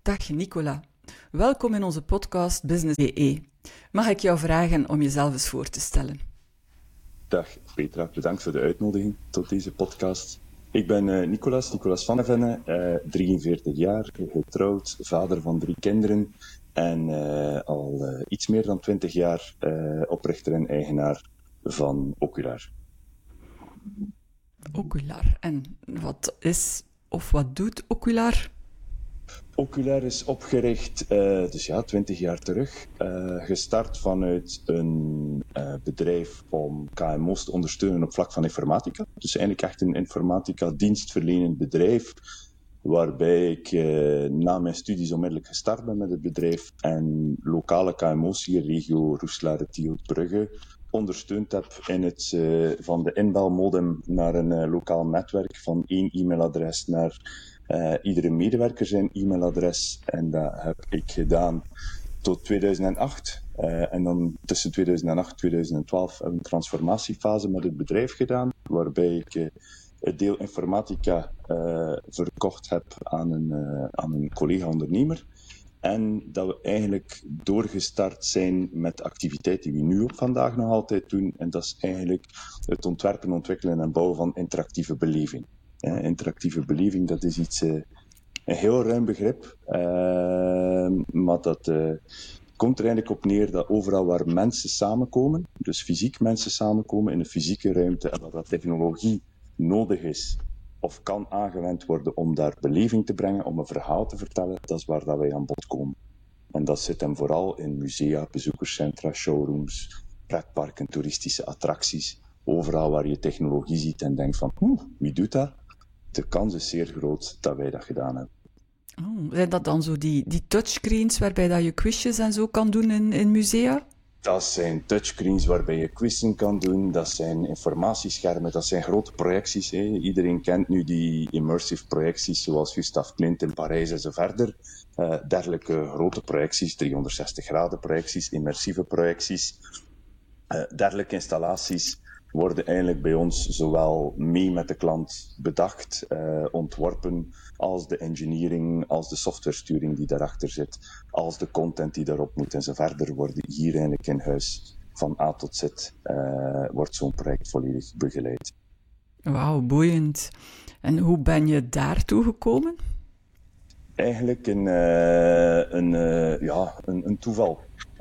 Dag Nicola, welkom in onze podcast Business.be. Mag ik jou vragen om jezelf eens voor te stellen? Dag Petra, bedankt voor de uitnodiging tot deze podcast. Ik ben Nicolas van Evenne, 43 jaar, getrouwd, vader van 3 kinderen en al iets meer dan 20 jaar oprichter en eigenaar van Ocular. Ocular, en wat is of wat doet Ocular? Ocular is opgericht, 20 jaar terug, gestart vanuit een bedrijf om KMO's te ondersteunen op vlak van informatica. Dus eigenlijk echt een informatica-dienstverlenend bedrijf, waarbij ik na mijn studies onmiddellijk gestart ben met het bedrijf en lokale KMO's hier, regio Roeselare, Tielt, Brugge, ondersteund heb in het van de inbelmodem naar een lokaal netwerk, van 1 e-mailadres naar iedere medewerker zijn e-mailadres. En dat heb ik gedaan tot 2008. En dan tussen 2008 en 2012 heb ik een transformatiefase met het bedrijf gedaan, waarbij ik het deel informatica verkocht heb aan een collega-ondernemer. En dat we eigenlijk doorgestart zijn met de activiteit die we nu op vandaag nog altijd doen. En dat is eigenlijk het ontwerpen, ontwikkelen en bouwen van interactieve beleving. Interactieve beleving, dat is iets, een heel ruim begrip, maar dat komt er eigenlijk op neer dat overal waar mensen samenkomen, dus fysiek mensen samenkomen in een fysieke ruimte, en dat technologie nodig is of kan aangewend worden om daar beleving te brengen, om een verhaal te vertellen, dat is waar dat wij aan bod komen. En dat zit hem vooral in musea, bezoekerscentra, showrooms, pretparken, toeristische attracties. Overal waar je technologie ziet en denkt van, wie doet dat? De kans is zeer groot dat wij dat gedaan hebben. Oh, zijn dat dan zo die touchscreens waarbij dat je quizjes en zo kan doen in musea? Dat zijn touchscreens waarbij je quizzen kan doen, dat zijn informatieschermen, dat zijn grote projecties. Iedereen kent nu die immersive projecties zoals Gustav Klimt in Parijs en zo verder. Dergelijke grote projecties, 360 graden projecties, immersieve projecties. Dergelijke installaties worden eigenlijk bij ons zowel mee met de klant bedacht, ontworpen, als de engineering, als de softwaresturing die daarachter zit, als de content die daarop moet en zo verder, worden hier eigenlijk in huis van A tot Z wordt zo'n project volledig begeleid. Wauw, boeiend. En hoe ben je daartoe gekomen? Eigenlijk een toeval.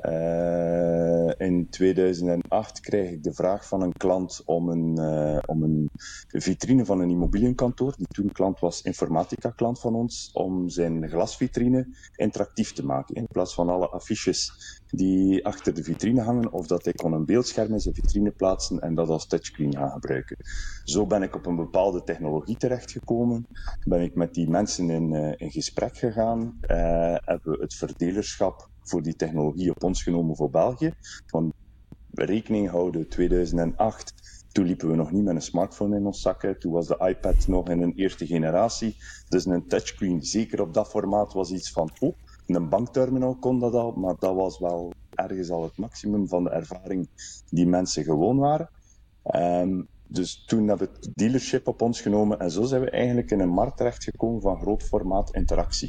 In 2008 kreeg ik de vraag van een klant om een vitrine van een immobiliënkantoor, die toen klant was, informatica-klant van ons, om zijn glasvitrine interactief te maken. In plaats van alle affiches die achter de vitrine hangen, of dat ik kon een beeldscherm in zijn vitrine plaatsen en dat als touchscreen gaan gebruiken. Zo ben ik op een bepaalde technologie terechtgekomen, ben ik met die mensen in gesprek gegaan, hebben we het verdelerschap voor die technologie op ons genomen voor België. Want rekening houden, 2008, toen liepen we nog niet met een smartphone in ons zakken. Toen was de iPad nog in een eerste generatie. Dus een touchscreen, zeker op dat formaat, was iets van, een bankterminal kon dat al, maar dat was wel ergens al het maximum van de ervaring die mensen gewoon waren. Dus toen hebben we het dealership op ons genomen en zo zijn we eigenlijk in een markt terechtgekomen van groot formaat interactie.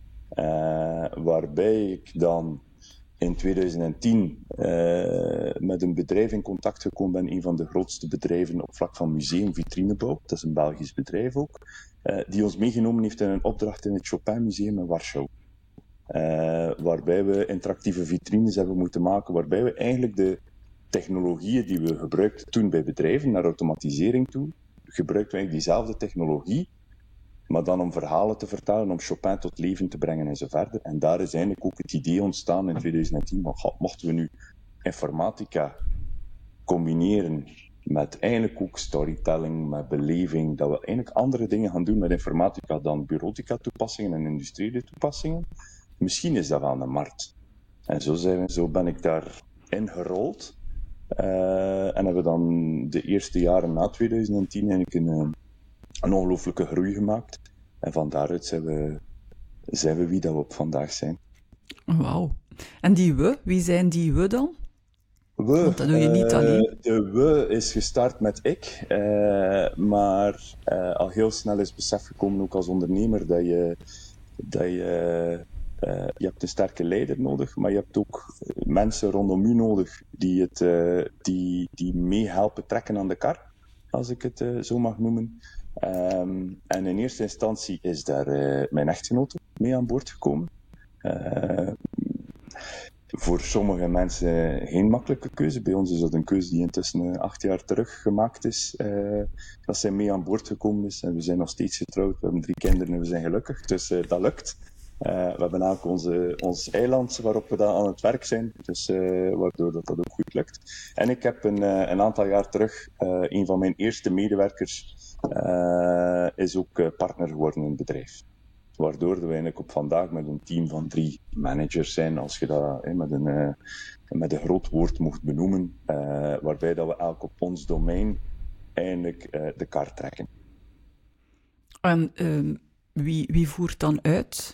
Waarbij ik dan in 2010 met een bedrijf in contact gekomen ben, een van de grootste bedrijven op vlak van museumvitrinebouw, dat is een Belgisch bedrijf ook, die ons meegenomen heeft in een opdracht in het Chopin Museum in Warschau. Waarbij we interactieve vitrines hebben moeten maken, waarbij we eigenlijk de technologieën die we gebruikten toen bij bedrijven, naar automatisering toe, gebruikten we eigenlijk diezelfde technologie, maar dan om verhalen te vertellen, om Chopin tot leven te brengen en zo verder. En daar is eigenlijk ook het idee ontstaan in 2010, mochten we nu informatica combineren met eigenlijk ook storytelling, met beleving, dat we eigenlijk andere dingen gaan doen met informatica dan bureautica-toepassingen en industriële toepassingen. Misschien is dat wel een markt. En zo ben ik daarin gerold. En hebben we dan de eerste jaren na 2010 eigenlijk een ongelooflijke groei gemaakt. En van daaruit zijn we wie dat we op vandaag zijn. Wauw. En die we, wie zijn die we dan? Want dat doe je niet alleen. De we is gestart met ik, maar al heel snel is besef gekomen, ook als ondernemer, dat je je hebt een sterke leider nodig, maar je hebt ook mensen rondom u nodig die meehelpen trekken aan de kar, als ik het zo mag noemen. En in eerste instantie is daar mijn echtgenote mee aan boord gekomen. Voor sommige mensen geen makkelijke keuze. Bij ons is dat een keuze die intussen 8 jaar terug gemaakt is. Dat zij mee aan boord gekomen is. En we zijn nog steeds getrouwd. We hebben 3 kinderen en we zijn gelukkig. Dus dat lukt. We hebben ook ons eiland waarop we dan aan het werk zijn. Dus waardoor dat ook goed lukt. En ik heb een aantal jaar terug een van mijn eerste medewerkers is ook partner geworden in het bedrijf. Waardoor we eigenlijk op vandaag met een team van 3 managers zijn, als je dat met een groot woord mocht benoemen, waarbij dat we elk op ons domein eigenlijk de kar trekken. En wie voert dan uit?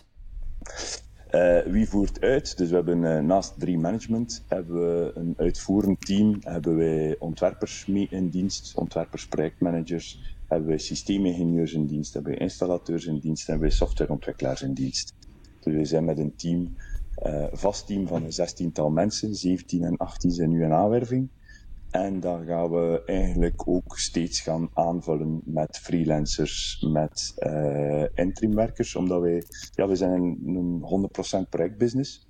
Wie voert uit? Dus we hebben naast 3 management, hebben we een uitvoerend team, hebben wij ontwerpers mee in dienst, ontwerpers, projectmanagers, hebben wij systeemingenieurs in dienst, hebben wij installateurs in dienst, hebben wij softwareontwikkelaars in dienst. Dus we zijn met een team, vast team van een 16-tal mensen, 17 en 18 zijn nu in aanwerving. En dan gaan we eigenlijk ook steeds gaan aanvullen met freelancers, met interimwerkers, omdat we zijn een 100% projectbusiness.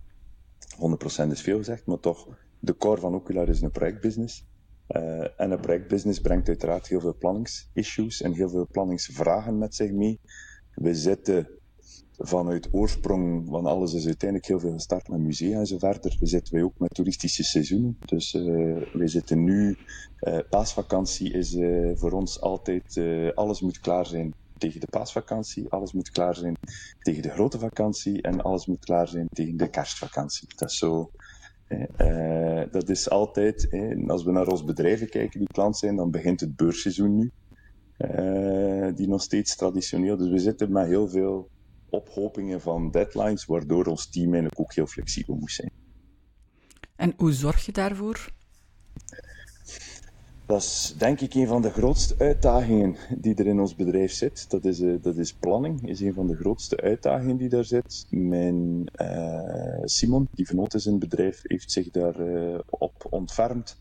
100% is veel gezegd, maar toch, de core van Ocular is een projectbusiness. En een projectbusiness brengt uiteraard heel veel planningsissues en heel veel planningsvragen met zich mee. We zitten vanuit oorsprong, want alles is uiteindelijk heel veel gestart met musea en zo verder, zitten wij ook met toeristische seizoenen. Dus wij zitten nu, paasvakantie is voor ons altijd, alles moet klaar zijn tegen de paasvakantie, alles moet klaar zijn tegen de grote vakantie en alles moet klaar zijn tegen de kerstvakantie. Dat is zo... dat is altijd, als we naar ons bedrijven kijken die klant zijn, dan begint het beursseizoen nu. Die nog steeds traditioneel. Dus we zitten met heel veel ophopingen van deadlines, waardoor ons team eigenlijk ook heel flexibel moet zijn. En hoe zorg je daarvoor? Dat is denk ik een van de grootste uitdagingen die er in ons bedrijf zit. Dat is planning, is een van de grootste uitdagingen die daar zit. Mijn Simon, die vernoot is in het bedrijf, heeft zich daar op ontfermd.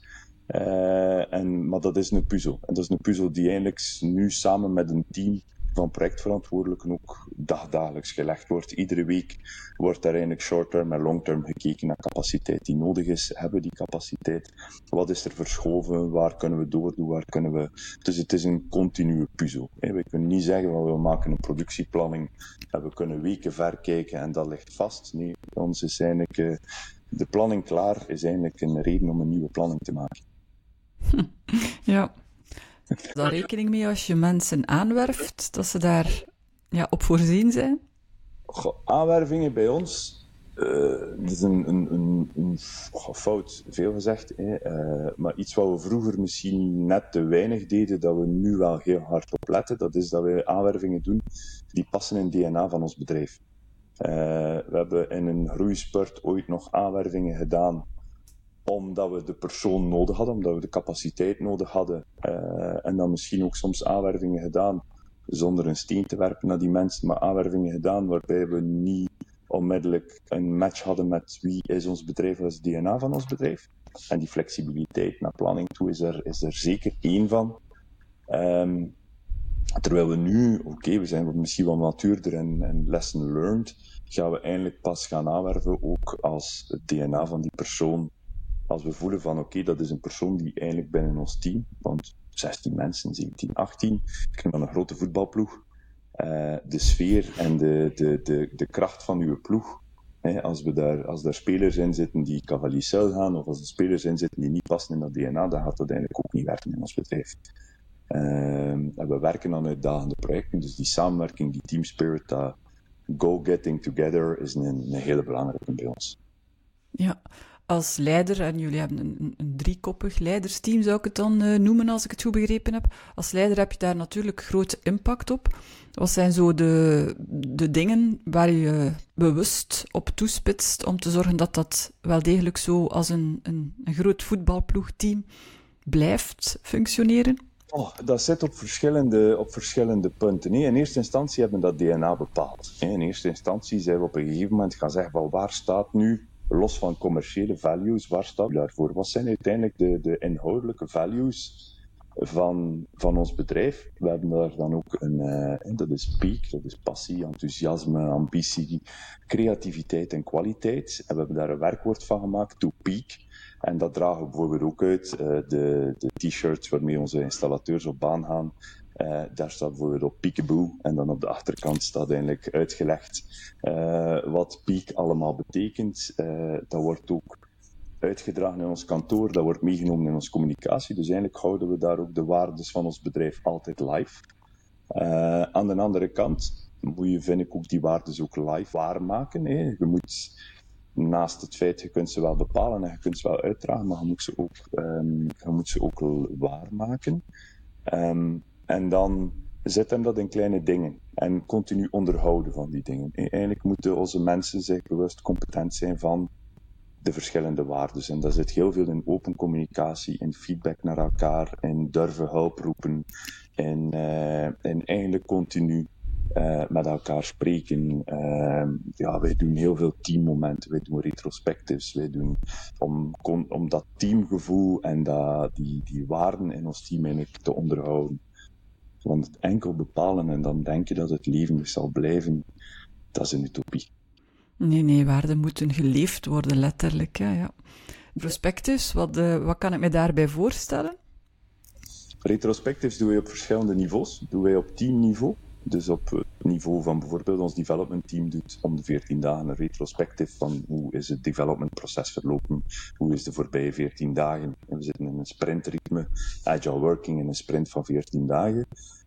Maar dat is een puzzel. En dat is een puzzel die eigenlijk nu samen met een team van projectverantwoordelijken ook dagdagelijks gelegd wordt. Iedere week wordt daar eigenlijk short-term en long-term gekeken naar capaciteit die nodig is. Hebben we die capaciteit? Wat is er verschoven? Waar kunnen we doordoen? Waar kunnen we... Dus het is een continue puzzel. We kunnen niet zeggen van we maken een productieplanning en we kunnen weken ver kijken en dat ligt vast. Nee, bij ons is eigenlijk de planning klaar, is eigenlijk een reden om een nieuwe planning te maken. Ja. Daar rekening mee als je mensen aanwerft, dat ze daar op voorzien zijn? Aanwervingen bij ons, dat is een fout, veel gezegd, maar iets wat we vroeger misschien net te weinig deden, dat we nu wel heel hard op letten, dat is dat we aanwervingen doen die passen in het DNA van ons bedrijf. We hebben in een groeispurt ooit nog aanwervingen gedaan omdat we de persoon nodig hadden, omdat we de capaciteit nodig hadden. En dan misschien ook soms aanwervingen gedaan zonder een steen te werpen naar die mensen, maar aanwervingen gedaan waarbij we niet onmiddellijk een match hadden met wie is ons bedrijf, wat is het DNA van ons bedrijf. En die flexibiliteit naar planning toe is er zeker één van. Terwijl we nu, we zijn misschien wel matuurder en lesson learned, gaan we eindelijk pas gaan aanwerven ook als het DNA van die persoon. Als we voelen van dat is een persoon die eigenlijk binnen ons team, want 16 mensen, 17, 18, ik noem dat een grote voetbalploeg, de sfeer en de kracht van uw ploeg, als daar spelers in zitten die cavalier gaan, of als er spelers in zitten die niet passen in dat DNA, dan gaat dat eigenlijk ook niet werken in ons bedrijf. En we werken aan uitdagende projecten, dus die samenwerking, die team spirit, dat go-getting together is een hele belangrijke bij ons. Ja. Als leider, en jullie hebben een driekoppig leidersteam, zou ik het dan noemen, als ik het goed begrepen heb. Als leider heb je daar natuurlijk grote impact op. Wat zijn zo de dingen waar je bewust op toespitst om te zorgen dat dat wel degelijk zo als een groot voetbalploegteam blijft functioneren? Dat zit op verschillende punten. In eerste instantie hebben we dat DNA bepaald. In eerste instantie zijn we op een gegeven moment gaan zeggen, wel, waar staat nu, los van commerciële values, waar staat u daarvoor? Wat zijn uiteindelijk de inhoudelijke values van ons bedrijf? We hebben daar dan ook dat is peak, dat is passie, enthousiasme, ambitie, creativiteit en kwaliteit. En we hebben daar een werkwoord van gemaakt, to peak. En dat dragen we bijvoorbeeld ook uit. De t-shirts waarmee onze installateurs op baan gaan. Daar staat bijvoorbeeld op Peekaboo. En dan op de achterkant staat eigenlijk uitgelegd wat peak allemaal betekent. Dat wordt ook uitgedragen in ons kantoor. Dat wordt meegenomen in onze communicatie. Dus eigenlijk houden we daar ook de waardes van ons bedrijf altijd live. Aan de andere kant moet je, vind ik, ook die waardes ook live waarmaken. Hè. Je moet... Naast het feit, je kunt ze wel bepalen en je kunt ze wel uitdragen, maar je moet ze ook waarmaken. En dan zit hem dat in kleine dingen. En continu onderhouden van die dingen. Eigenlijk moeten onze mensen zich bewust competent zijn van de verschillende waarden. En daar zit heel veel in open communicatie, in feedback naar elkaar, in durven hulp roepen, in eigenlijk continu met elkaar spreken. Wij doen heel veel teammomenten, wij doen retrospectives, wij doen om dat teamgevoel en die waarden in ons team eigenlijk te onderhouden. Want het enkel bepalen en dan denk je dat het levendig zal blijven, dat is een utopie. Nee, waarden moeten geleefd worden, letterlijk. Ja. Retrospectives, wat kan ik me daarbij voorstellen? Retrospectives doen wij op verschillende niveaus. Doen wij op teamniveau. Dus op het niveau van bijvoorbeeld ons development team doet om de 14 dagen een retrospectief van hoe is het developmentproces verlopen, hoe is de voorbije 14 dagen. En we zitten in een sprintritme, agile working in een sprint van 14 dagen.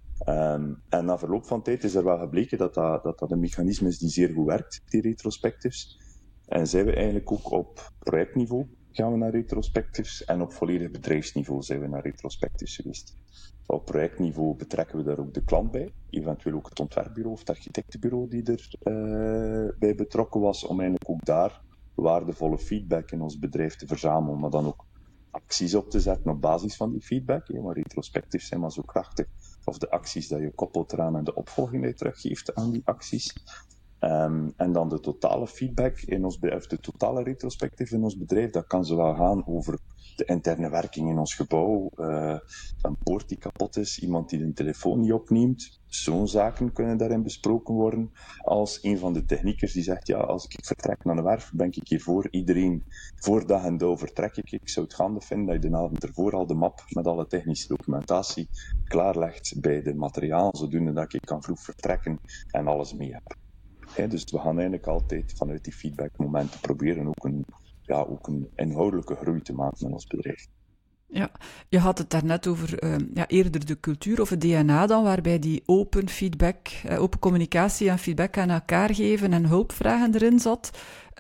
En na verloop van tijd is er wel gebleken dat een mechanisme is die zeer goed werkt, die retrospectives. En zijn we eigenlijk ook op projectniveau gaan we naar retrospectives en op volledig bedrijfsniveau zijn we naar retrospectives geweest. Op projectniveau betrekken we daar ook de klant bij, eventueel ook het ontwerpbureau of het architectenbureau die er bij betrokken was, om eigenlijk ook daar waardevolle feedback in ons bedrijf te verzamelen, maar dan ook acties op te zetten op basis van die feedback. Maar retrospectives zijn maar zo krachtig. Of de acties dat je koppelt eraan en de opvolging die je teruggeeft aan die acties. En dan de totale feedback in ons bedrijf, de totale retrospectief in ons bedrijf, dat kan zowel gaan over de interne werking in ons gebouw, een poort die kapot is, iemand die de telefoon niet opneemt. Zo'n zaken kunnen daarin besproken worden. Als een van de techniekers die zegt, ja, als ik vertrek naar de werf, ben ik hier voor iedereen. Voor dag en dauw vertrek ik. Ik zou het gaande vinden dat je de avond ervoor al de map met alle technische documentatie klaarlegt bij de materiaal, zodoende dat ik kan vroeg vertrekken en alles mee heb. Dus we gaan eigenlijk altijd vanuit die feedbackmomenten proberen ook een inhoudelijke groei te maken met ons bedrijf. Ja, je had het daarnet over eerder de cultuur of het DNA dan, waarbij die open feedback, open communicatie en feedback aan elkaar geven en hulpvragen erin zat.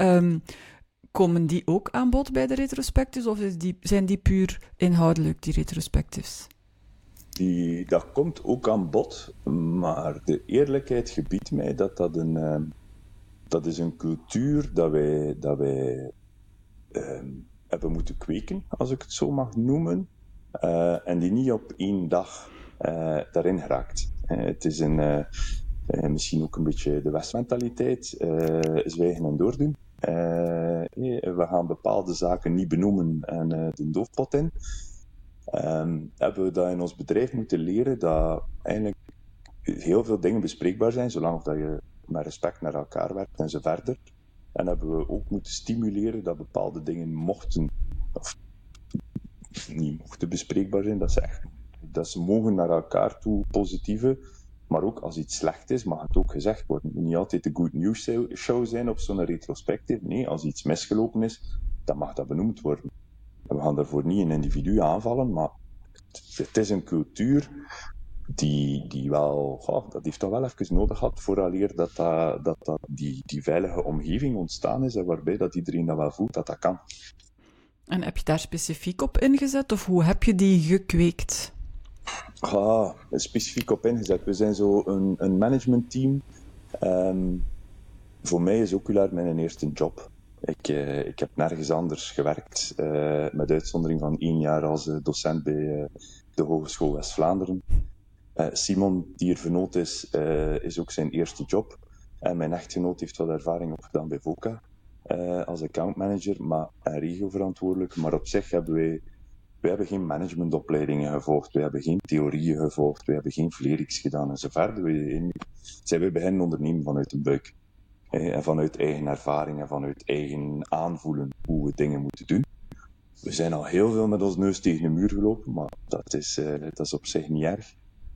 Komen die ook aan bod bij de retrospectives of zijn die puur inhoudelijk, die retrospectives? Dat komt ook aan bod, maar de eerlijkheid gebiedt mij dat is een cultuur dat wij hebben moeten kweken, als ik het zo mag noemen, en die niet op één dag daarin geraakt. Het is misschien ook een beetje de Westmentaliteit, zwijgen en doordoen. We gaan bepaalde zaken niet benoemen en de doofpot in. Hebben we dat in ons bedrijf moeten leren dat eigenlijk heel veel dingen bespreekbaar zijn, zolang dat je met respect naar elkaar werkt en zo verder. En hebben we ook moeten stimuleren dat bepaalde dingen niet mochten bespreekbaar zijn, dat ze mogen naar elkaar toe positieve, maar ook als iets slecht is, mag het ook gezegd worden. Het moet niet altijd de good news show zijn op zo'n retrospectief. Nee, als iets misgelopen is, dan mag dat benoemd worden. En we gaan daarvoor niet een individu aanvallen, maar het is een cultuur die wel, dat heeft toch wel even nodig gehad vooraleer dat die veilige omgeving ontstaan is en waarbij dat iedereen dat wel voelt dat dat kan. En heb je daar specifiek op ingezet of hoe heb je die gekweekt? Specifiek op ingezet. We zijn zo een managementteam. Voor mij is Oculair mijn eerste job. Ik heb nergens anders gewerkt, met uitzondering van 1 jaar als docent de Hogeschool West-Vlaanderen. Simon, die er vernoot is ook zijn eerste job. En mijn echtgenoot heeft wat ervaring opgedaan bij VOCA als accountmanager, en regioverantwoordelijk. Maar op zich hebben wij hebben geen managementopleidingen gevolgd, wij hebben geen theorieën gevolgd, wij hebben geen Vlerix gedaan en zo verder. Wij beginnen ondernemen vanuit de buik. En vanuit eigen ervaring en vanuit eigen aanvoelen hoe we dingen moeten doen. We zijn al heel veel met ons neus tegen de muur gelopen, maar dat is op zich niet erg.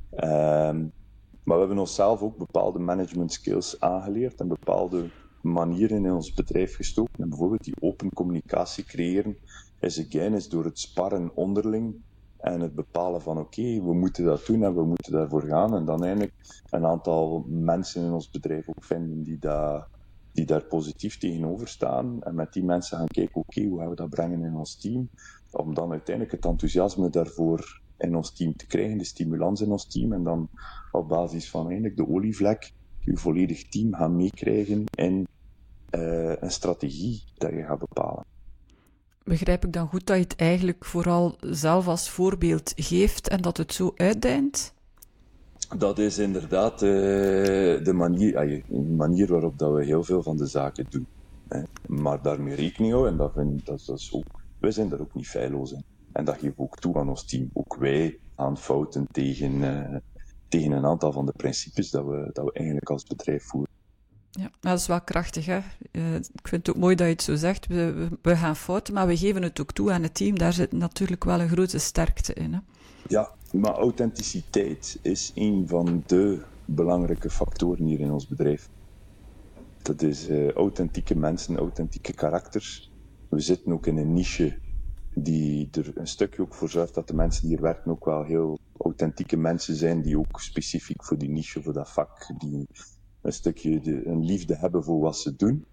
Maar we hebben onszelf ook bepaalde management skills aangeleerd en bepaalde manieren in ons bedrijf gestoken. En bijvoorbeeld die open communicatie creëren is door het sparren onderling en het bepalen van oké, we moeten dat doen en we moeten daarvoor gaan. En dan eigenlijk een aantal mensen in ons bedrijf ook vinden die daar positief tegenover staan. En met die mensen gaan kijken, oké, hoe gaan we dat brengen in ons team? Om dan uiteindelijk het enthousiasme daarvoor in ons team te krijgen, de stimulans in ons team. En dan op basis van eigenlijk de olievlek je volledig team gaan meekrijgen in een strategie dat je gaat bepalen. Begrijp ik dan goed dat je het eigenlijk vooral zelf als voorbeeld geeft en dat het zo uitdijnt? Dat is inderdaad de manier waarop dat we heel veel van de zaken doen. Maar daarmee rekening houden, en dat is ook, wij zijn daar ook niet feilloos in. En dat geven we ook toe aan ons team. Ook wij aan fouten tegen een aantal van de principes dat we eigenlijk als bedrijf voeren. Ja, dat is wel krachtig, hè. Ik vind het ook mooi dat je het zo zegt. We gaan fouten, maar we geven het ook toe aan het team. Daar zit natuurlijk wel een grote sterkte in, hè. Ja, maar authenticiteit is een van de belangrijke factoren hier in ons bedrijf. Dat is authentieke mensen, authentieke karakters. We zitten ook in een niche die er een stukje ook voor zorgt dat de mensen die hier werken ook wel heel authentieke mensen zijn, die ook specifiek voor die niche, voor dat vak, die een stukje een liefde hebben voor wat ze doen.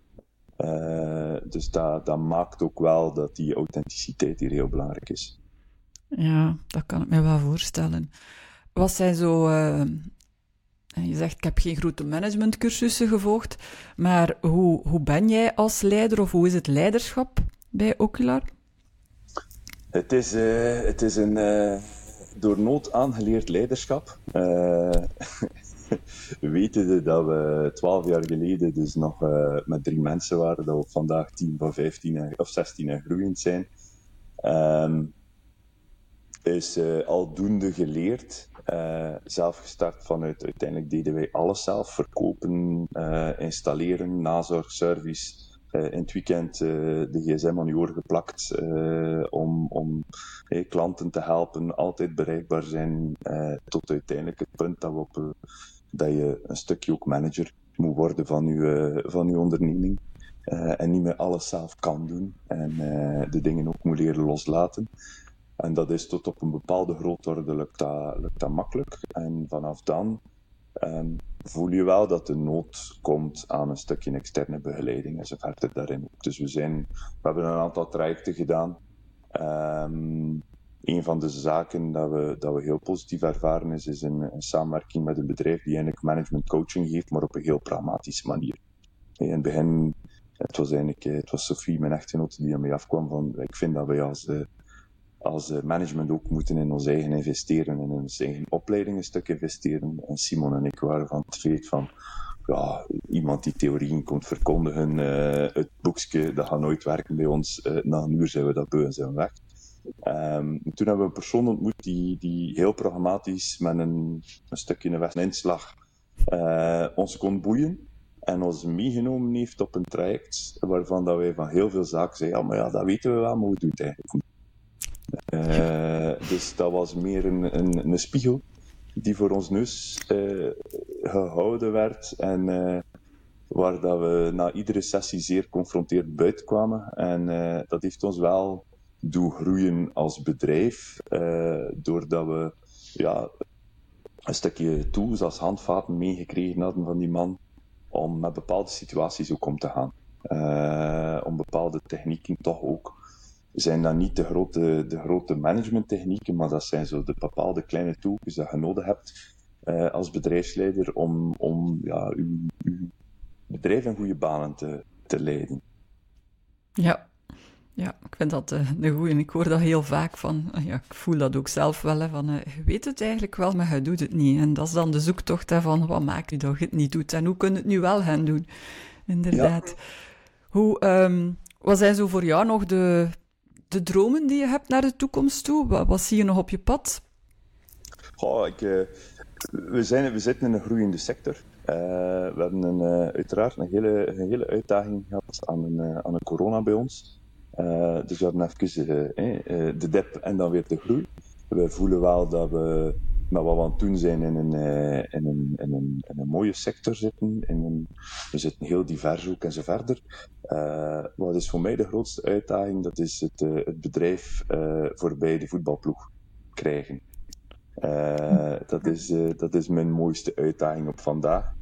Dus dat maakt ook wel dat die authenticiteit hier heel belangrijk is. Ja, dat kan ik me wel voorstellen. Wat zijn zo... je zegt, ik heb geen grote managementcursussen gevolgd, maar hoe ben jij als leider, of hoe is het leiderschap bij Ocular? Het is een door nood aangeleerd leiderschap. Wetende dat we 12 jaar geleden dus nog met 3 mensen waren, dat we vandaag 10 van 15 of 16 en groeiend zijn, is aldoende geleerd. Zelf gestart vanuit, uiteindelijk deden wij alles zelf, verkopen, installeren, nazorg, service, in het weekend de gsm aan je oor geplakt om klanten te helpen, altijd bereikbaar zijn, tot uiteindelijk het punt dat je een stukje ook manager moet worden van je onderneming. En niet meer alles zelf kan doen en de dingen ook moet leren loslaten. En dat is tot op een bepaalde grootorde lukt dat makkelijk. En vanaf dan voel je wel dat de nood komt aan een stukje externe begeleiding en zo verder daarin. Dus we hebben een aantal trajecten gedaan. Een van de zaken dat we heel positief ervaren is een samenwerking met een bedrijf die eigenlijk management coaching geeft, maar op een heel pragmatische manier. In het begin, het was Sophie, mijn echtgenote, die aan mij afkwam van, ik vind dat wij als management ook moeten in ons eigen investeren, in ons eigen opleiding een stuk investeren. En Simon en ik waren van het feit van, ja, iemand die theorieën komt verkondigen, het boekje, dat gaat nooit werken bij ons. Na een uur zijn we dat beu en zijn we weg. Toen hebben we een persoon ontmoet die heel pragmatisch met een stukje een inslag ons kon boeien en ons meegenomen heeft op een traject waarvan dat wij van heel veel zaken zeiden, ja, maar ja, dat weten we wel, maar we doen het eigenlijk niet. Dus dat was meer een spiegel die voor ons neus gehouden werd en waar dat we na iedere sessie zeer confronteerd buiten kwamen. En dat heeft ons wel doen groeien als bedrijf, doordat we een stukje tools als handvaten meegekregen hadden van die man om met bepaalde situaties ook om te gaan. Om bepaalde technieken toch ook. Zijn dat niet de grote managementtechnieken, maar dat zijn zo de bepaalde kleine tools dat je nodig hebt als bedrijfsleider om uw bedrijf in goede banen te leiden. Ja, Ja, ik vind dat een goeie. Ik hoor dat heel vaak van, ja, ik voel dat ook zelf wel, hè, van je weet het eigenlijk wel, maar je doet het niet. En dat is dan de zoektocht hè, van, wat maakt je dat je het niet doet? En hoe kun je het nu wel gaan doen? Ja, Inderdaad. Wat zijn zo voor jou nog de dromen die je hebt naar de toekomst toe? Wat zie je nog op je pad? goh, we zitten in een groeiende sector. We hebben uiteraard een hele uitdaging gehad aan een corona bij ons. Dus we hebben even de dip en dan weer de groei. We voelen wel dat we met wat we aan het doen zijn in een mooie sector zitten. We zitten heel divers ook en zo verder. Wat is voor mij de grootste uitdaging? Dat is het bedrijf voorbij de voetbalploeg krijgen. Dat is mijn mooiste uitdaging op vandaag.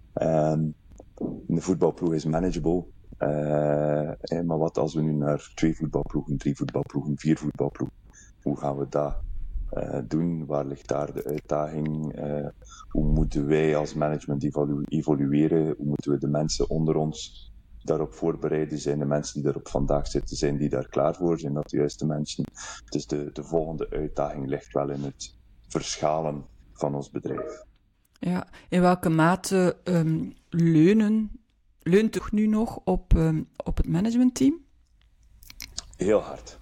De voetbalploeg is manageable. Maar wat als we nu naar 2 voetbalploegen, 3 voetbalploegen, 4 voetbalploegen, hoe gaan we dat doen? Waar ligt daar de uitdaging? Hoe moeten wij als management evolueren? Hoe moeten we de mensen onder ons daarop voorbereiden? Zijn de mensen die daarop vandaag zitten, zijn die daar klaar voor? Zijn dat de juiste mensen? Dus de volgende uitdaging ligt wel in het verschalen van ons bedrijf. Ja, in welke mate leunt toch nu nog op het managementteam? Heel hard.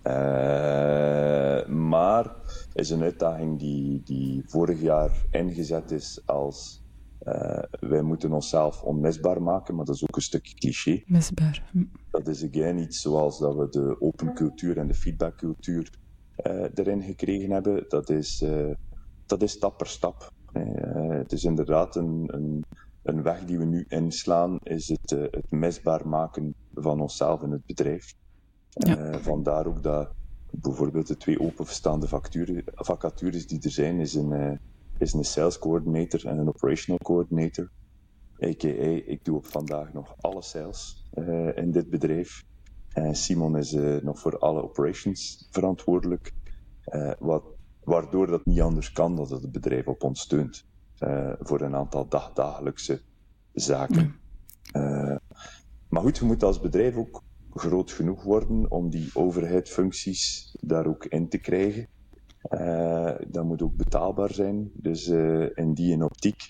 Maar is een uitdaging die vorig jaar ingezet is als wij moeten onszelf onmisbaar maken, maar dat is ook een stukje cliché. Misbaar. Dat is again iets zoals dat we de open cultuur en de feedbackcultuur erin gekregen hebben. Dat is stap per stap. Het is inderdaad een weg die we nu inslaan, is het misbaar maken van onszelf in het bedrijf. Ja. Vandaar ook dat bijvoorbeeld de 2 openstaande vacatures die er zijn, is een sales coordinator en een operational coordinator. A.k.a. ik doe op vandaag nog alle sales in dit bedrijf. Simon is nog voor alle operations verantwoordelijk. Waardoor dat niet anders kan dan dat het bedrijf op ons steunt. Voor een aantal dagelijkse zaken. Maar goed, je moet als bedrijf ook groot genoeg worden om die overheidsfuncties daar ook in te krijgen. Dat moet ook betaalbaar zijn. Dus in die optiek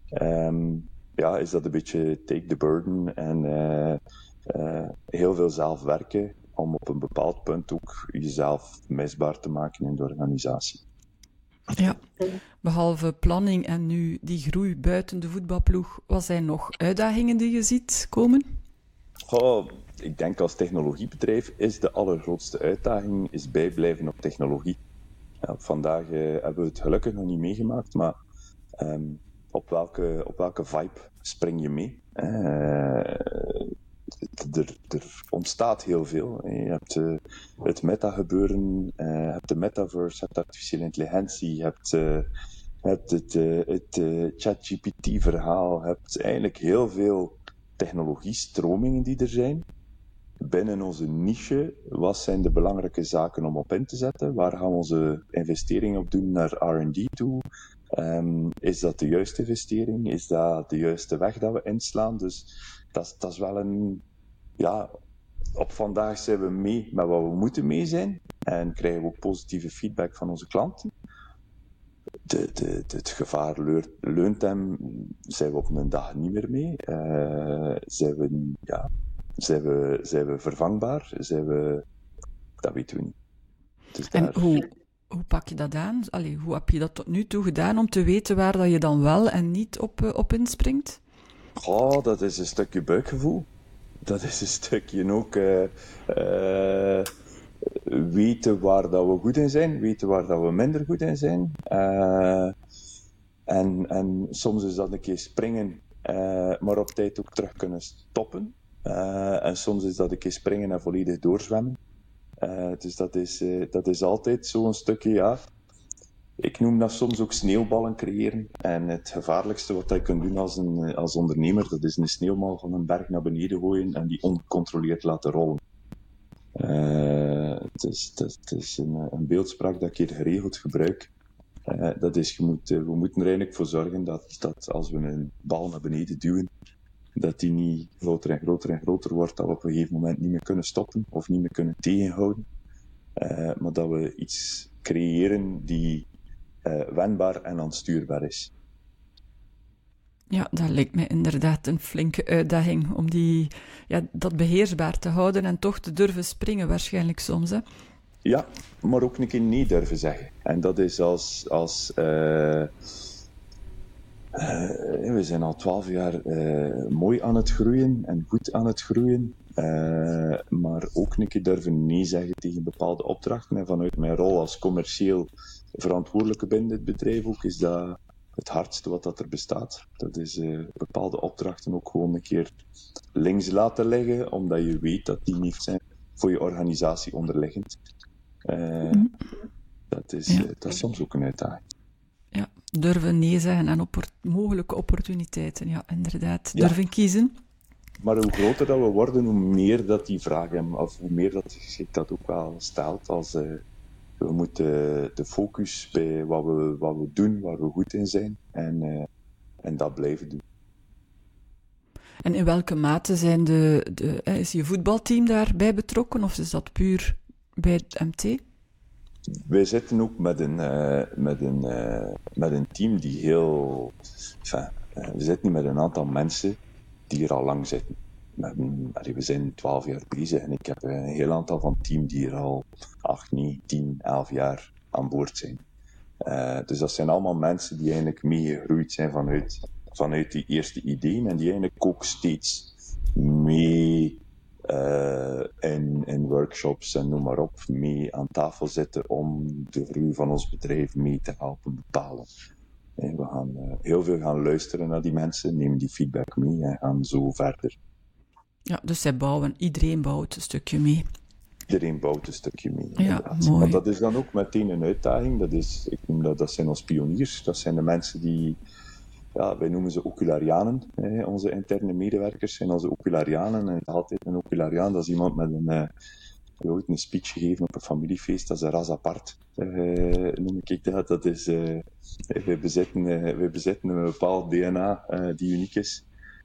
is dat een beetje take the burden en heel veel zelf werken om op een bepaald punt ook jezelf misbaar te maken in de organisatie. Ja, behalve planning en nu die groei buiten de voetbalploeg, wat zijn nog uitdagingen die je ziet komen? Ik denk als technologiebedrijf is de allergrootste uitdaging is bijblijven op technologie. Vandaag hebben we het gelukkig nog niet meegemaakt, maar op welke vibe spring je mee? Er ontstaat heel veel. Je hebt het meta-gebeuren, je hebt de metaverse, je hebt artificiële intelligentie, je hebt het ChatGPT-verhaal, je hebt eigenlijk heel veel technologiestromingen die er zijn. Binnen onze niche, wat zijn de belangrijke zaken om op in te zetten? Waar gaan we onze investeringen op doen naar R&D toe? Is dat de juiste investering? Is dat de juiste weg dat we inslaan? Dus dat is wel op vandaag zijn we mee met wat we moeten mee zijn. En krijgen we ook positieve feedback van onze klanten. Het gevaar leunt hem. Zijn we op een dag niet meer mee? Zijn we vervangbaar? Dat weten we niet. Dus En hoe pak je dat aan? Hoe heb je dat tot nu toe gedaan om te weten waar dat je dan wel en niet op inspringt? Dat is een stukje buikgevoel. Dat is een stukje ook weten waar dat we goed in zijn, weten waar dat we minder goed in zijn. En soms is dat een keer springen, maar op tijd ook terug kunnen stoppen. En soms is dat een keer springen en volledig doorzwemmen. Dus dat is altijd zo'n stukje, ja. Ik noem dat soms ook sneeuwballen creëren. En het gevaarlijkste wat je kunt doen als ondernemer, dat is een sneeuwbal van een berg naar beneden gooien en die ongecontroleerd laten rollen. Het is een beeldspraak dat ik hier geregeld gebruik. Dat is, we moeten er eigenlijk voor zorgen dat als we een bal naar beneden duwen, dat die niet groter en groter wordt, dat we op een gegeven moment niet meer kunnen stoppen of niet meer kunnen tegenhouden. Maar dat we iets creëren die wendbaar en aanstuurbaar is. Ja, dat lijkt mij inderdaad een flinke uitdaging om dat beheersbaar te houden en toch te durven springen waarschijnlijk soms. Hè? Ja, maar ook een keer nee durven zeggen. En dat is we zijn al 12 jaar mooi aan het groeien en goed aan het groeien. Maar ook een keer durven nee zeggen tegen bepaalde opdrachten. En vanuit mijn rol als commercieel verantwoordelijke binnen dit bedrijf ook, is dat het hardste wat dat er bestaat. Dat is bepaalde opdrachten ook gewoon een keer links laten liggen, omdat je weet dat die niet zijn voor je organisatie onderliggend. Dat is soms ook een uitdaging. Ja, durven nee zeggen aan mogelijke opportuniteiten. Ja, inderdaad. Durven kiezen. Maar hoe groter dat we worden, hoe meer dat die vragen, of hoe meer dat zich dat ook wel stelt. Als we moeten de focus bij wat we doen, waar we goed in zijn, en dat blijven doen. En in welke mate is je voetbalteam daarbij betrokken, of is dat puur bij het MT? Wij zitten ook met een team die heel... we zitten nu met een aantal mensen die er al lang zitten. We zijn 12 jaar bezig en ik heb een heel aantal van het team die er al 8, 9, 10, 11 jaar aan boord zijn. Dus dat zijn allemaal mensen die eigenlijk meegegroeid zijn vanuit die eerste ideeën en die eigenlijk ook steeds mee in workshops en noem maar op, mee aan tafel zitten om de groei van ons bedrijf mee te helpen bepalen. En we gaan heel veel gaan luisteren naar die mensen, nemen die feedback mee en gaan zo verder. Ja, dus iedereen bouwt een stukje mee. Iedereen bouwt een stukje mee. Ja, mooi. Maar dat is dan ook meteen een uitdaging. Ik noem dat zijn ons pioniers. Dat zijn de mensen die... Ja, wij noemen ze ocularianen. Onze interne medewerkers zijn onze ocularianen. En altijd een oculariaan, dat is iemand met ooit een speech gegeven op een familiefeest. Dat is een ras apart, noem ik dat. Dat is... wij bezitten een bepaald DNA die uniek is.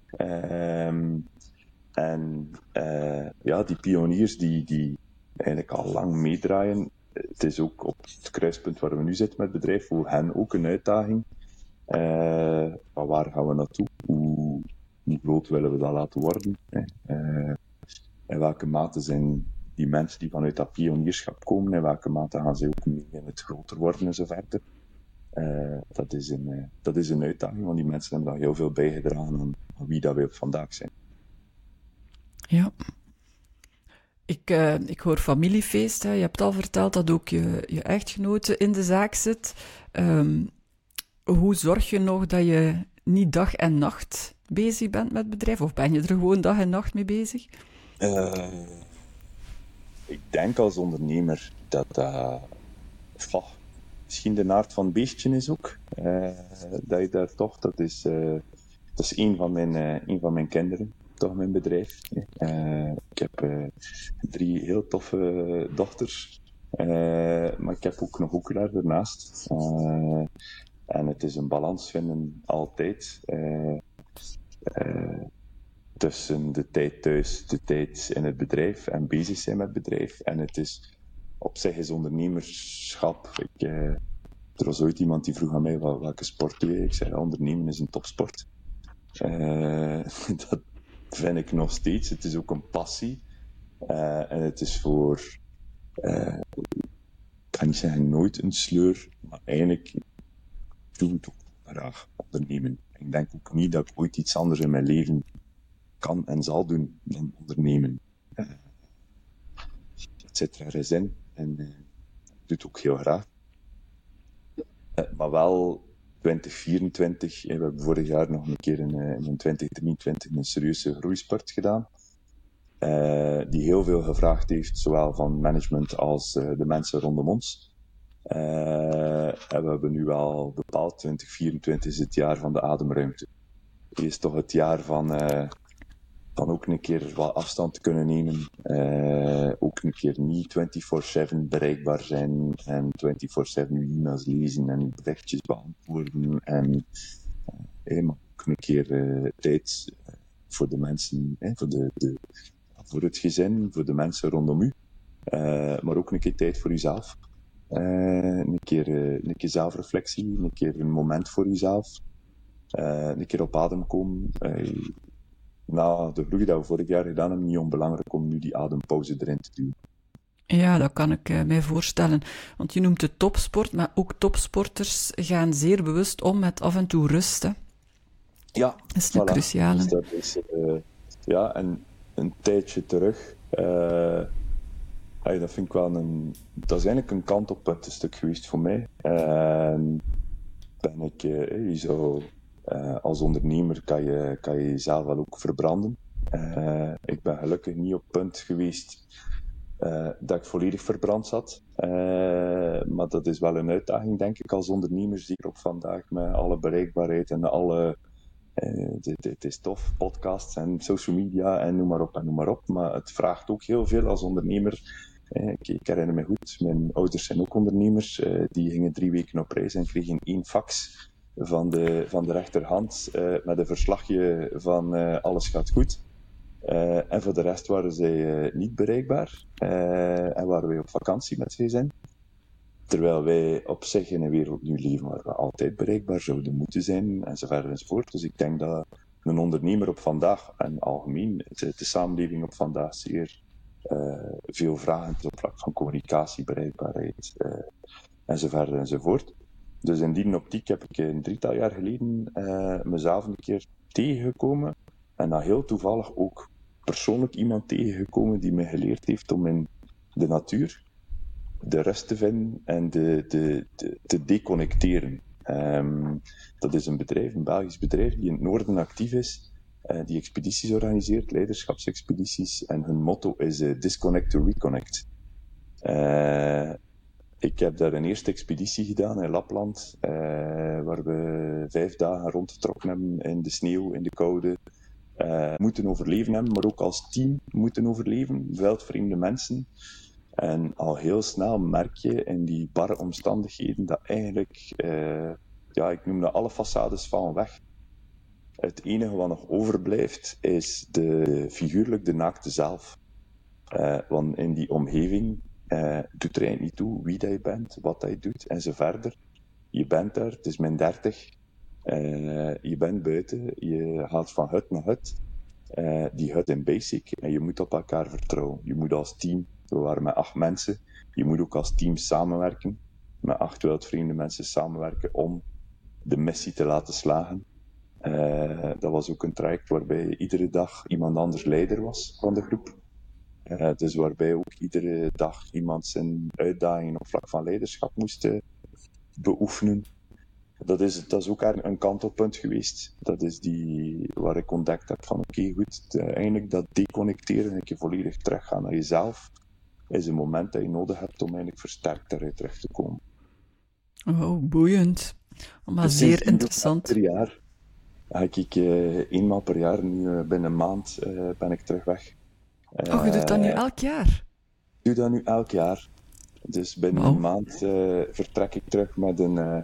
Die pioniers die eigenlijk al lang meedraaien. Het is ook op het kruispunt waar we nu zitten met het bedrijf, voor hen ook een uitdaging. Maar waar gaan we naartoe? Hoe groot willen we dat laten worden? In welke mate zijn die mensen die vanuit dat pionierschap komen, in welke mate gaan ze ook mee in het groter worden en zo verder? Dat is een uitdaging, want die mensen hebben daar heel veel bijgedragen aan wie dat wij op vandaag zijn. Ja. Ik hoor familiefeest. Hè. Je hebt al verteld dat ook je echtgenote in de zaak zit. Hoe zorg je nog dat je niet dag en nacht bezig bent met het bedrijf? Of ben je er gewoon dag en nacht mee bezig? Ik denk als ondernemer dat misschien de aard van het beestje is ook. Dat je daar toch, dat is een van mijn kinderen, toch mijn bedrijf. Ik heb 3 heel toffe dochters, maar ik heb ook nog Oculair ernaast. En het is een balans vinden altijd tussen de tijd thuis, de tijd in het bedrijf en bezig zijn met het bedrijf. En het is op zich is ondernemerschap. Er was ooit iemand die vroeg aan mij welke sport doe je? Ik zei ondernemen is een topsport. Dat vind ik nog steeds. Het is ook een passie. En het is ik ga niet zeggen nooit een sleur, maar eigenlijk doe ik het ook graag ondernemen. Ik denk ook niet dat ik ooit iets anders in mijn leven kan en zal doen dan ondernemen. Het zit er ergens in en ik doe het ook heel graag. Maar wel 2024, we hebben vorig jaar nog een keer in 2023 een serieuze groeispurt gedaan. Die heel veel gevraagd heeft, zowel van management als de mensen rondom ons. En we hebben nu wel bepaald, 2024 is het jaar van de ademruimte. Het is toch het jaar van ook een keer wat afstand te kunnen nemen. Ook een keer niet 24/7 bereikbaar zijn en 24/7 e-mails lezen en berichtjes beantwoorden. Maar ook een keer tijd voor de mensen, voor het gezin, voor de mensen rondom u. Maar ook een keer tijd voor uzelf. Een keer zelfreflectie, een keer een moment voor uzelf. Een keer op adem komen. Na de groei dat we vorig jaar gedaan hebben, niet onbelangrijk om nu die adempauze erin te doen. Ja, dat kan ik mij voorstellen. Want je noemt het topsport, maar ook topsporters gaan zeer bewust om met af en toe rust. Hè. Ja, Dat is een cruciale. Dus dat is, en een tijdje terug, dat vind ik wel dat is eigenlijk een kant op het stuk geweest voor mij. Ben ik, je zou, als ondernemer kan je jezelf wel ook verbranden. Ik ben gelukkig niet op het punt geweest dat ik volledig verbrand zat. Maar dat is wel een uitdaging, denk ik, als ondernemer, zeker op vandaag, met alle bereikbaarheid en alle... Het is tof, podcasts en social media en noem maar op en noem maar op. Maar het vraagt ook heel veel als ondernemer. Ik herinner me goed, mijn ouders zijn ook ondernemers. Die gingen 3 weken op reis en kregen 1 fax van de rechterhand met een verslagje van alles gaat goed. En voor de rest waren zij niet bereikbaar en waren wij op vakantie met zijn gezin. Terwijl wij op zich in een wereld nu leven waar we altijd bereikbaar zouden moeten zijn, enzovoort enzovoort. Dus ik denk dat een ondernemer op vandaag, en algemeen de samenleving op vandaag, zeer veel vragen op vlak van communicatie, bereikbaarheid, enzovoort enzovoort. Dus in die optiek heb ik een 3-tal jaar geleden mezelf een keer tegengekomen, en dan heel toevallig ook persoonlijk iemand tegengekomen die me geleerd heeft om in de natuur de rust te vinden en te deconnecteren. Dat is een bedrijf, een Belgisch bedrijf, die in het noorden actief is, die expedities organiseert, leiderschapsexpedities, en hun motto is disconnect to reconnect. Ik heb daar een eerste expeditie gedaan in Lapland, waar we 5 dagen rondgetrokken hebben in de sneeuw, in de koude, moeten overleven hebben, maar ook als team moeten overleven, veldvreemde mensen. En al heel snel merk je in die barre omstandigheden dat eigenlijk, ik noem dat alle façades vallen weg. Het enige wat nog overblijft is figuurlijk de naakte zelf. Want in die omgeving doet er eigenlijk niet toe wie dat je bent, wat dat je doet en zo verder. Je bent daar, het is min 30. Je bent buiten, je gaat van hut naar hut. Die hut in basic en je moet op elkaar vertrouwen. Je moet als team, we waren met 8 mensen, je moet ook als team samenwerken, met 8 wildvreemde mensen samenwerken om de missie te laten slagen. Dat was ook een traject waarbij iedere dag iemand anders leider was van de groep. Dus waarbij ook iedere dag iemand zijn uitdagingen op vlak van leiderschap moest beoefenen. Dat is ook een kantelpunt geweest. Dat is waar ik ontdekt heb van oké, goed, eigenlijk dat deconnecteren, een keer volledig teruggaan naar jezelf, is een moment dat je nodig hebt om eigenlijk versterkt daaruit terug te komen. Oh, boeiend. Maar dus zeer interessant. Per jaar ga ik 1 maal per jaar, nu binnen een maand ben ik terug weg. Je doet dat nu elk jaar? Ik doe dat nu elk jaar. Dus binnen een maand vertrek ik terug met een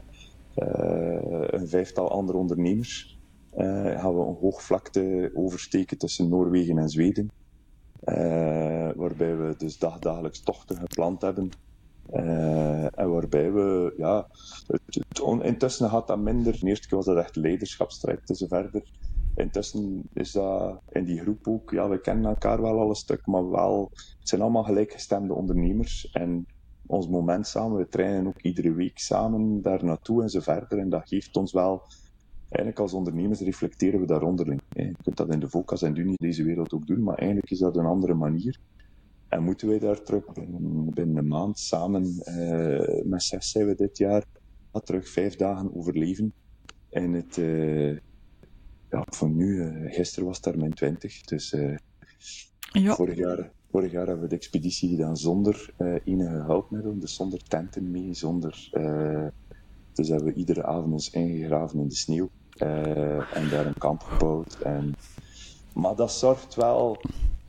5-tal andere ondernemers. Gaan we een hoogvlakte oversteken tussen Noorwegen en Zweden. Waarbij we dus dagelijks tochten gepland hebben. En waarbij we, intussen gaat dat minder. De eerste keer was dat echt leiderschapstraject en zo verder. Intussen is dat in die groep ook, we kennen elkaar wel al een stuk, maar wel, het zijn allemaal gelijkgestemde ondernemers. En ons moment samen, we trainen ook iedere week samen daar naartoe en zo verder. En dat geeft ons wel, eigenlijk als ondernemers reflecteren we daar onderling. Je kunt dat in de VOCA's en de Unie deze wereld ook doen, maar eigenlijk is dat een andere manier. En moeten wij daar terug binnen een maand samen, met 6 zijn we dit jaar, terug 5 dagen overleven. En het, van nu, gisteren was het daar min 20, dus vorig jaar hebben we de expeditie gedaan zonder enige hulpmiddelen, dus zonder tenten mee, dus hebben we iedere avond ons ingegraven in de sneeuw en daar een kamp gebouwd. Maar dat zorgt wel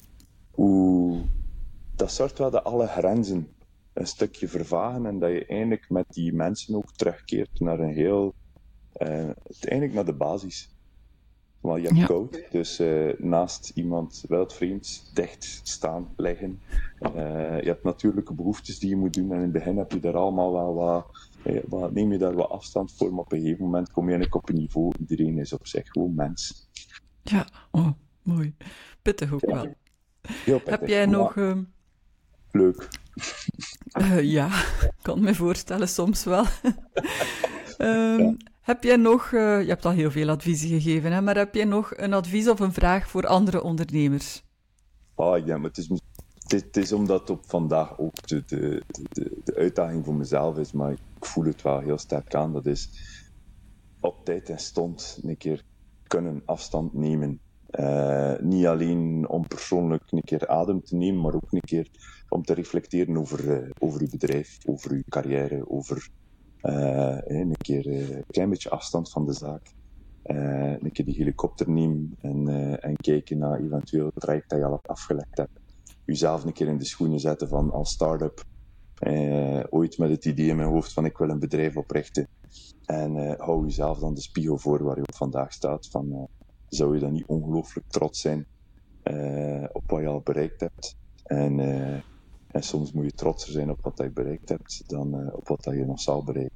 dat alle grenzen een stukje vervagen en dat je eigenlijk met die mensen ook terugkeert naar eigenlijk naar de basis. Maar je hebt Ja. koud, dus naast iemand wildvreemd dicht staan, liggen. Je hebt natuurlijke behoeftes die je moet doen. En in het begin heb je daar allemaal wel neem je daar wat afstand voor. Maar op een gegeven moment kom je eigenlijk op een niveau. Iedereen is op zich gewoon mens. Ja, oh, mooi. Pittig ook Ja, wel. heel Heb pittig. jij Maar nog... leuk. Ja, ik kan me voorstellen, soms wel. Ja. Heb jij nog... je hebt al heel veel adviezen gegeven, hè, maar heb jij nog een advies of een vraag voor andere ondernemers? Ik denk, maar het is omdat op vandaag ook de uitdaging voor mezelf is, maar ik voel het wel heel sterk aan. Dat is op tijd en stond een keer kunnen afstand nemen. Niet alleen om persoonlijk een keer adem te nemen, maar ook een keer om te reflecteren over uw bedrijf, over uw carrière, over een keer een klein beetje afstand van de zaak. Een keer die helikopter nemen en kijken naar eventueel het traject dat je al afgelegd hebt. Uzelf een keer in de schoenen zetten van als start-up. Ooit met het idee in mijn hoofd van ik wil een bedrijf oprichten. En hou jezelf dan de spiegel voor waar je op vandaag staat. Zou je dan niet ongelooflijk trots zijn op wat je al bereikt hebt? En soms moet je trotser zijn op wat je bereikt hebt dan op wat je nog zal bereiken.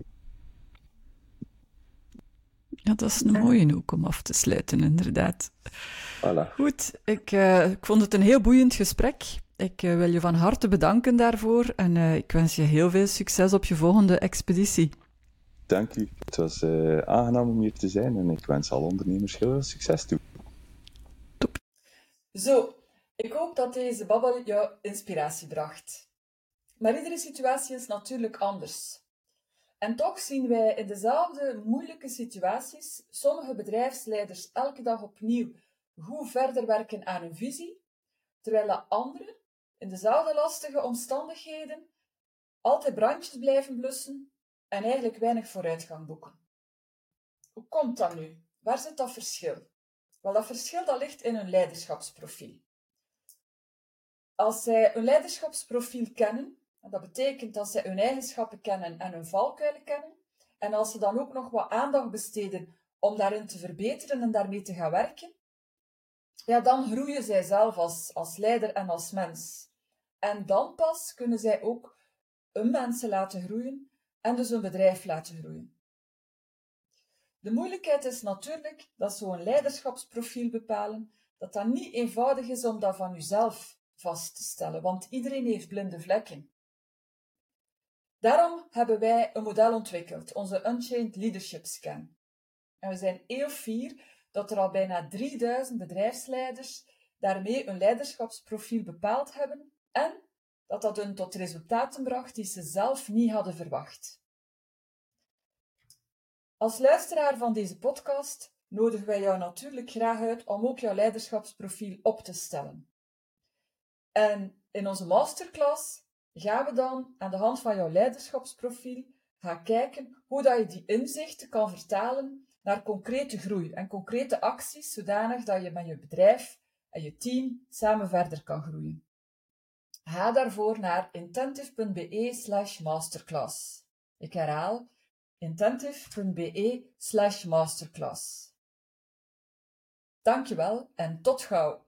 Ja, dat is een mooie ook om af te sluiten, inderdaad. Voilà. Goed, ik vond het een heel boeiend gesprek. Ik wil je van harte bedanken daarvoor en ik wens je heel veel succes op je volgende expeditie. Dank u. Het was aangenaam om hier te zijn en ik wens alle ondernemers heel veel succes toe. Top. Zo, ik hoop dat deze babbel jou inspiratie bracht. Maar iedere situatie is natuurlijk anders. En toch zien wij in dezelfde moeilijke situaties sommige bedrijfsleiders elke dag opnieuw goed verder werken aan hun visie, terwijl de anderen in dezelfde lastige omstandigheden altijd brandjes blijven blussen en eigenlijk weinig vooruitgang boeken. Hoe komt dat nu? Waar zit dat verschil? Wel, dat verschil dat ligt in hun leiderschapsprofiel. Als zij hun leiderschapsprofiel kennen, dat betekent dat zij hun eigenschappen kennen en hun valkuilen kennen, en als ze dan ook nog wat aandacht besteden om daarin te verbeteren en daarmee te gaan werken, ja, dan groeien zij zelf als leider en als mens. En dan pas kunnen zij ook hun mensen laten groeien en dus hun bedrijf laten groeien. De moeilijkheid is natuurlijk dat zo'n leiderschapsprofiel bepalen, dat niet eenvoudig is om dat van jezelf vast te stellen, want iedereen heeft blinde vlekken. Daarom hebben wij een model ontwikkeld, onze Unchained Leadership Scan. En we zijn heel fier dat er al bijna 3000 bedrijfsleiders daarmee een leiderschapsprofiel bepaald hebben en dat hun tot resultaten bracht die ze zelf niet hadden verwacht. Als luisteraar van deze podcast nodigen wij jou natuurlijk graag uit om ook jouw leiderschapsprofiel op te stellen. En in onze masterclass gaan we dan aan de hand van jouw leiderschapsprofiel gaan kijken hoe dat je die inzichten kan vertalen naar concrete groei en concrete acties, zodanig dat je met je bedrijf en je team samen verder kan groeien. Ga daarvoor naar intentive.be/masterclass. Ik herhaal, intentive.be/masterclass. Dankjewel en tot gauw!